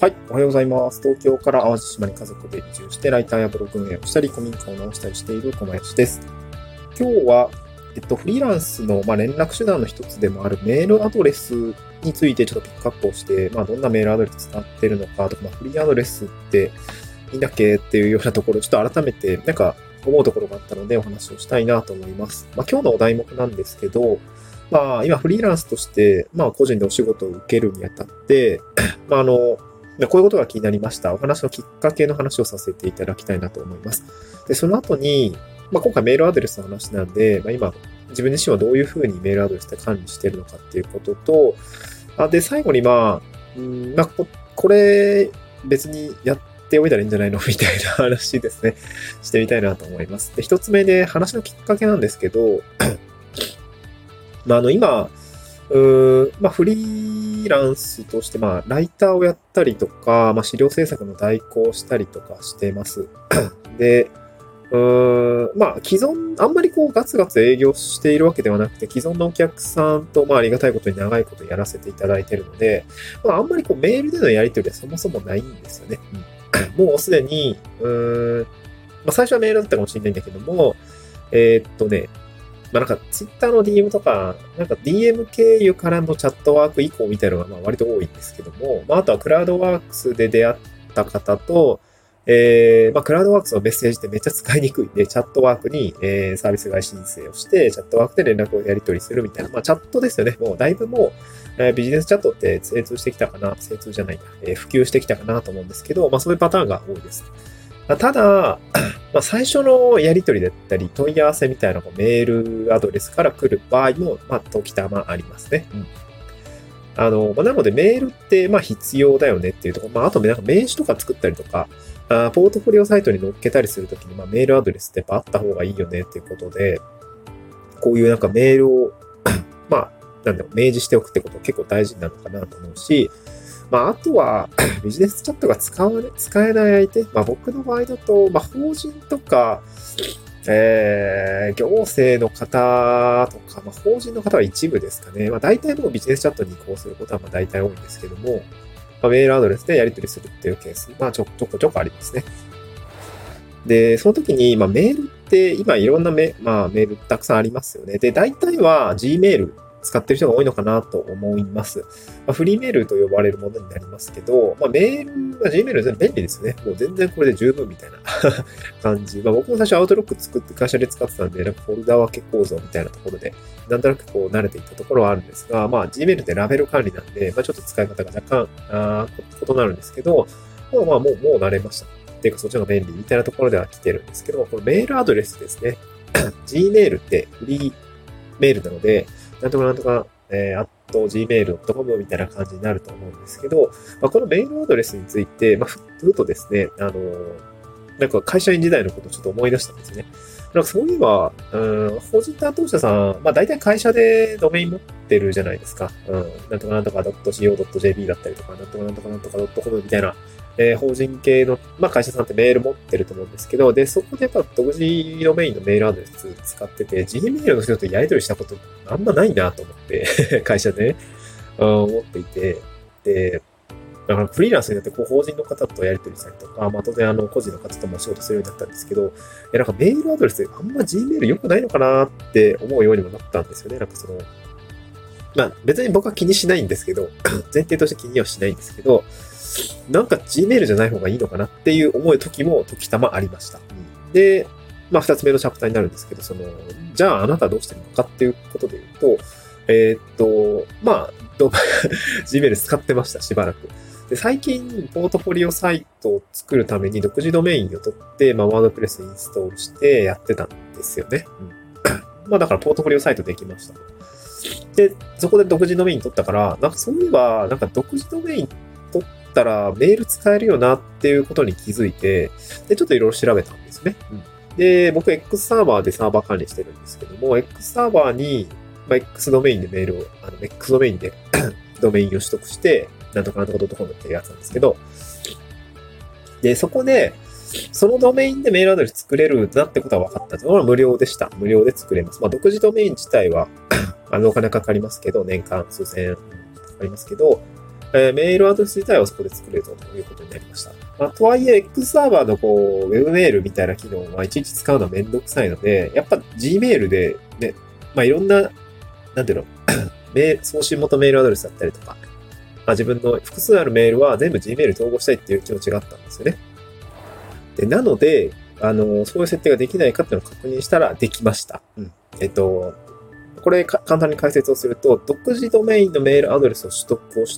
はい、おはようございます。東京から淡路島に家族で移住して、ライターやブログ運営をしたり、古民家を直したりしている小林です。今日は、フリーランスの、連絡手段の一つでもあるメールアドレスについてちょっとピックアップをして、どんなメールアドレス使ってるのかとか、フリーアドレスっていいんだっけっていうようなところ、ちょっと改めて思うところがあったのでお話をしたいなと思います。今日のお題目なんですけど、今フリーランスとして、個人でお仕事を受けるにあたって、こういうことが気になりました。お話のきっかけの話をさせていただきたいなと思います。で、その後に、今回メールアドレスの話なんで、今、自分自身はどういうふうにメールアドレスで管理しているのかっていうことと、で、最後にこれ別にやっておいたらいいんじゃないのみたいな話ですね。してみたいなと思います。で、一つ目で話のきっかけなんですけど、今、フリーランスとして、ライターをやったりとか、資料制作の代行をしたりとかしてます。で、既存、あんまりガツガツ営業しているわけではなくて、既存のお客さんと、ありがたいことに長いことやらせていただいているので、あんまりメールでのやり取りはそもそもないんですよね。もうすでに、最初はメールだったかもしれないんだけども、ツイッターの DM とか、DM 経由からのチャットワーク以降みたいなのが割と多いんですけども、あとはクラウドワークスで出会った方と、クラウドワークスのメッセージってめっちゃ使いにくいんで、チャットワークに、サービス外申請をして、チャットワークで連絡をやり取りするみたいな、チャットですよね。もうだいぶビジネスチャットって精通してきたかな、普及してきたかなと思うんですけど、そういうパターンが多いです。ただ、最初のやり取りだったり、問い合わせみたいなメールアドレスから来る場合も、時たまありますね。なのでメールって、必要だよねっていうところ、あと名刺とか作ったりとか、ポートフォリオサイトに載っけたりするときに、メールアドレスってやっぱあった方がいいよねっていうことで、こういうメールを、明示しておくってこと結構大事なのかなと思うし、あとは、ビジネスチャットが使えない相手、僕の場合だと、法人とか、行政の方とか、法人の方は一部ですかね。大体もうビジネスチャットに移行することは大体多いんですけども、メールアドレスでやり取りするっていうケース、ちょこちょこありますね。で、その時に、メールって今いろんなメールたくさんありますよね。で、大体は Gmail、使ってる人が多いのかなと思います。フリーメールと呼ばれるものになりますけど、メールは Gmail 全然便利ですね。もう全然これで十分みたいな感じ。僕も最初アウトロック作って会社で使ってたんで、フォルダ分け構造みたいなところで、なんとなく慣れていったところはあるんですが、Gmail ってラベル管理なんで、ちょっと使い方が若干、異なるんですけど、もう慣れました。っていうかそっちの方が便利みたいなところでは来てるんですけど、このメールアドレスですね。Gmail ってフリーメールなので、gmail.com みたいな感じになると思うんですけど、このメールアドレスについて、ふとですね、会社員時代のことをちょっと思い出したんですね。そういえば、法人担当者さん、大体会社でドメイン持ってるじゃないですか。なんとか .co.jp だったりとか、なんとか .com みたいな、法人系の、会社さんってメール持ってると思うんですけど、で、そこでやっぱ独自ドメインのメールアドレス使ってて、Gmail の人とやり取りしたことあんまないなと思って会社でね、思っていて、で、だからフリーランスになって法人の方とやり取りしたりとか、当然個人の方とも仕事するようになったんですけど、メールアドレスあんま Gmail 良くないのかなって思うようにもなったんですよね。別に僕は気にしないんですけど、前提として気にはしないんですけど、Gmail じゃない方がいいのかなっていう思う時も時たまありました。で、二つ目のチャプターになるんですけど、じゃああなたはどうしてるのかっていうことで言うと、Gmail 使ってました、しばらく。で、最近、ポートフォリオサイトを作るために独自ドメインを取って、ワードプレスインストールしてやってたんですよね。だからポートフォリオサイトできました。で、そこで独自ドメイン取ったから、そういえば、独自ドメイン取ったらメール使えるよなっていうことに気づいて、で、ちょっといろいろ調べたんですね。で、僕 X サーバーでサーバー管理してるんですけども、X サーバーに、X ドメインでメールを、X ドメインでドメインを取得して、なんとか.com っていうやつなんですけど、で、そこで、そのドメインでメールアドレス作れるなってことは分かったんです。無料でした。無料で作れます。独自ドメイン自体はお金かかりますけど、年間数千円かかりますけど、 メールアドレス自体はそこで作れるということになりました。とはいえ、X サーバーのウェブメールみたいな機能はいちいち使うのはめんどくさいので、やっぱ Gmail でね、いろんな、なんていうの、送信元メールアドレスだったりとか、自分の複数あるメールは全部 Gmail に統合したいっていう気持ちがあったんですよね。で、なので、そういう設定ができないかっていうのを確認したらできました。これ簡単に解説をすると、独自ドメインのメールアドレスを取得をして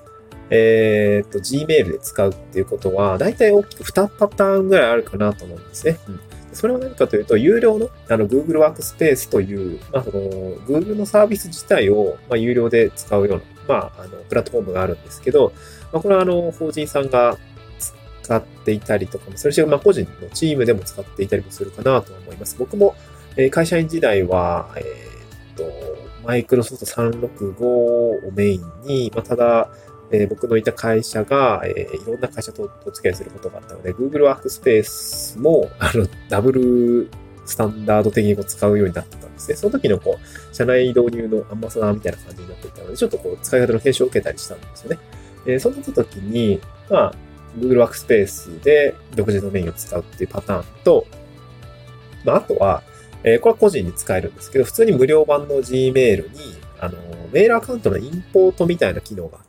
、Gmail で使うっていうことは、だいたい大きく2パターンぐらいあるかなと思うんですね。それは何かというと、有料のGoogle Workspace という、Google のサービス自体を、有料で使うような、プラットフォームがあるんですけど、これは法人さんが使っていたりとかも、それし個人のチームでも使っていたりもするかなと思います。僕も、会社員時代は、マイクロソフト365をメインに、ただ、僕のいた会社が、いろんな会社とお付き合いすることがあったので、Google Workspace も、ダブルスタンダード的に使うようになってたんですね。その時の社内導入のアンバサダーみたいな感じになっていたので、ちょっと使い方の研修を受けたりしたんですよね。その時に、Google Workspace で独自ドメインを使うっていうパターンと、あとは、これは個人に使えるんですけど、普通に無料版の Gmail に、メールアカウントのインポートみたいな機能があって、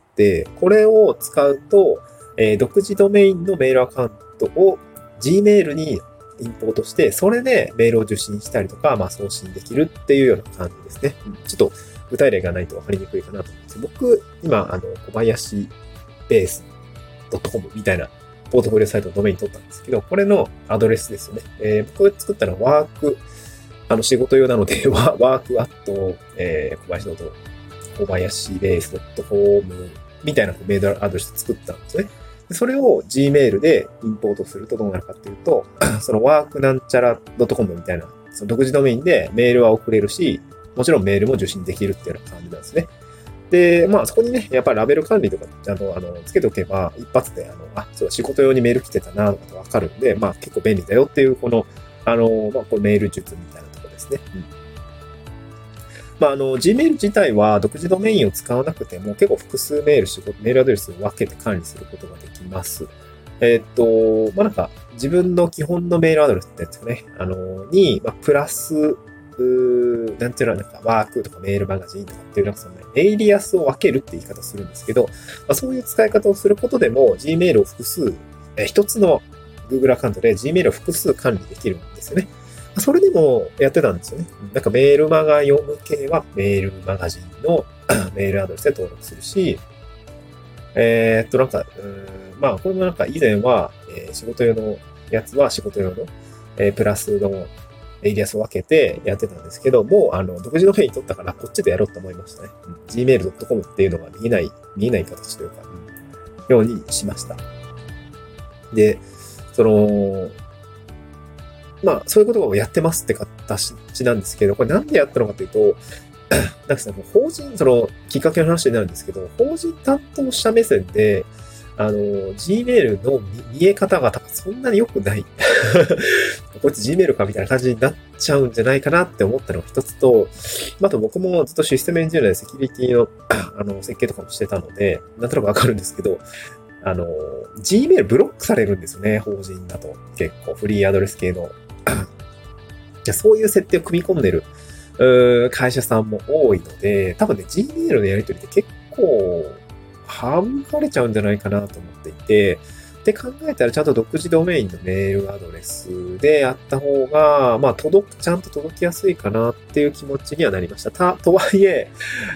これを使うと、独自ドメインのメールアカウントを Gmail にインポートして、それでメールを受信したりとか、送信できるっていうような感じですね。ちょっと具体例がないと分かりにくいかなと思うんですけど、僕、今、小林ベース .com みたいなポートフォリオサイトのドメイン取ったんですけど、これのアドレスですよね。僕が作ったのはワーク、仕事用なので、ワークアット、小林ベース .com みたいなメールアドレス作ったんですね。それを Gmail でインポートするとどうなるかっていうと、そのワークなんちゃら .com みたいな、その独自ドメインでメールは送れるし、もちろんメールも受信できるっていうような感じなんですね。で、そこにね、やっぱりラベル管理とかちゃんとつけておけば、一発でそう、仕事用にメール来てたなとかわかるんで、結構便利だよっていう、このメール術みたいなところですね。Gmail 自体は独自ドメインを使わなくても結構複数メールアドレスを分けて管理することができます。自分の基本のメールアドレスってやつね、に、プラス、ワークとかメールマガジンとかっていう、エイリアスを分けるって言い方をするんですけど、そういう使い方をすることでも Gmail を複数、一つの Google アカウントで Gmail を複数管理できるんですよね。それでもやってたんですよね。メールマガ読む系はメールマガジンのメールアドレスで登録するし、これも以前は、仕事用のやつは仕事用の、プラスのエイリアスを分けてやってたんですけど、もう独自ドメイン取ったからこっちでやろうと思いましたね。gmail.com っていうのが見えない形というか、ようにしました。で、そういうことをやってますって形なんですけど、これなんでやったのかというと、法人、きっかけの話になるんですけど、法人担当者目線で、Gmail の見え方がそんなに良くない。こいつ Gmail かみたいな感じになっちゃうんじゃないかなって思ったのが一つと、あと僕もずっとシステムエンジニアでセキュリティの設計とかもしてたので、なんとなくわかるんですけど、Gmail ブロックされるんですよね、法人だと。結構フリーアドレス系の。そういう設定を組み込んでる会社さんも多いので、多分ね、Gmail のやり取りって結構省かれちゃうんじゃないかなと思っていて、って考えたらちゃんと独自ドメインのメールアドレスでやった方が、ちゃんと届きやすいかなっていう気持ちにはなりました。とはいえ、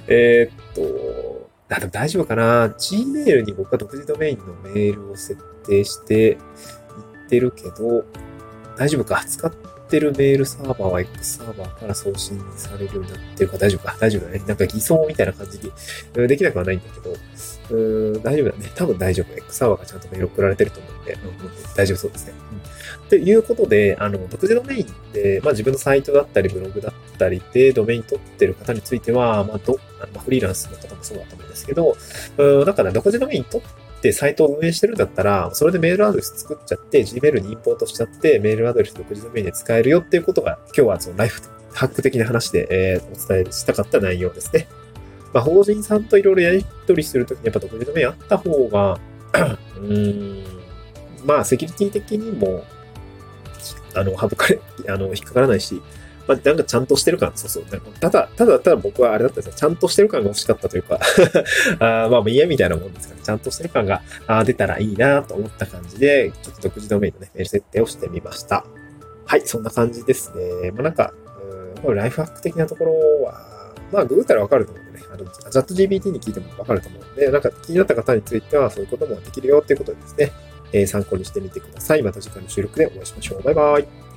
大丈夫かな ?Gmail に僕は独自ドメインのメールを設定していってるけど、大丈夫か使ってるメールサーバーは X サーバーから送信されるようになってるか大丈夫か大丈夫だね。偽装みたいな感じにできなくはないんだけど、大丈夫だね。多分大丈夫。X サーバーがちゃんとメール送られてると思うんで、大丈夫そうですね。ということで、独自ドメインで、自分のサイトだったりブログだったりでドメイン取ってる方については、フリーランスの方もそうだと思うんですけど、独自ドメイン取ってサイトを運営してるんだったら、それでメールアドレス作っちゃって、Gmail にインポートしちゃって、メールアドレス独自ドメインで使えるよっていうことが、今日はライフハック的な話で、お伝えしたかった内容ですね。 法人さんといろいろやり取りするときにやっぱ独自ドメインあった方が、セキュリティ的にも、省かれ、引っかからないし、なんかちゃんとしてる感、そう。なんかただ僕はあれだったんですよ。ちゃんとしてる感が欲しかったというか家みたいなもんですから、ちゃんとしてる感が出たらいいなと思った感じで、ちょっと独自ドメインのね、メール設定をしてみました。はい、そんな感じですね。これライフハック的なところは、ググったらわかると思うんでね、チャット GPT に聞いてもわかると思うんで、なんか気になった方についてはそういうこともできるよっていうことでですね、参考にしてみてください。また次回の収録でお会いしましょう。バイバイ。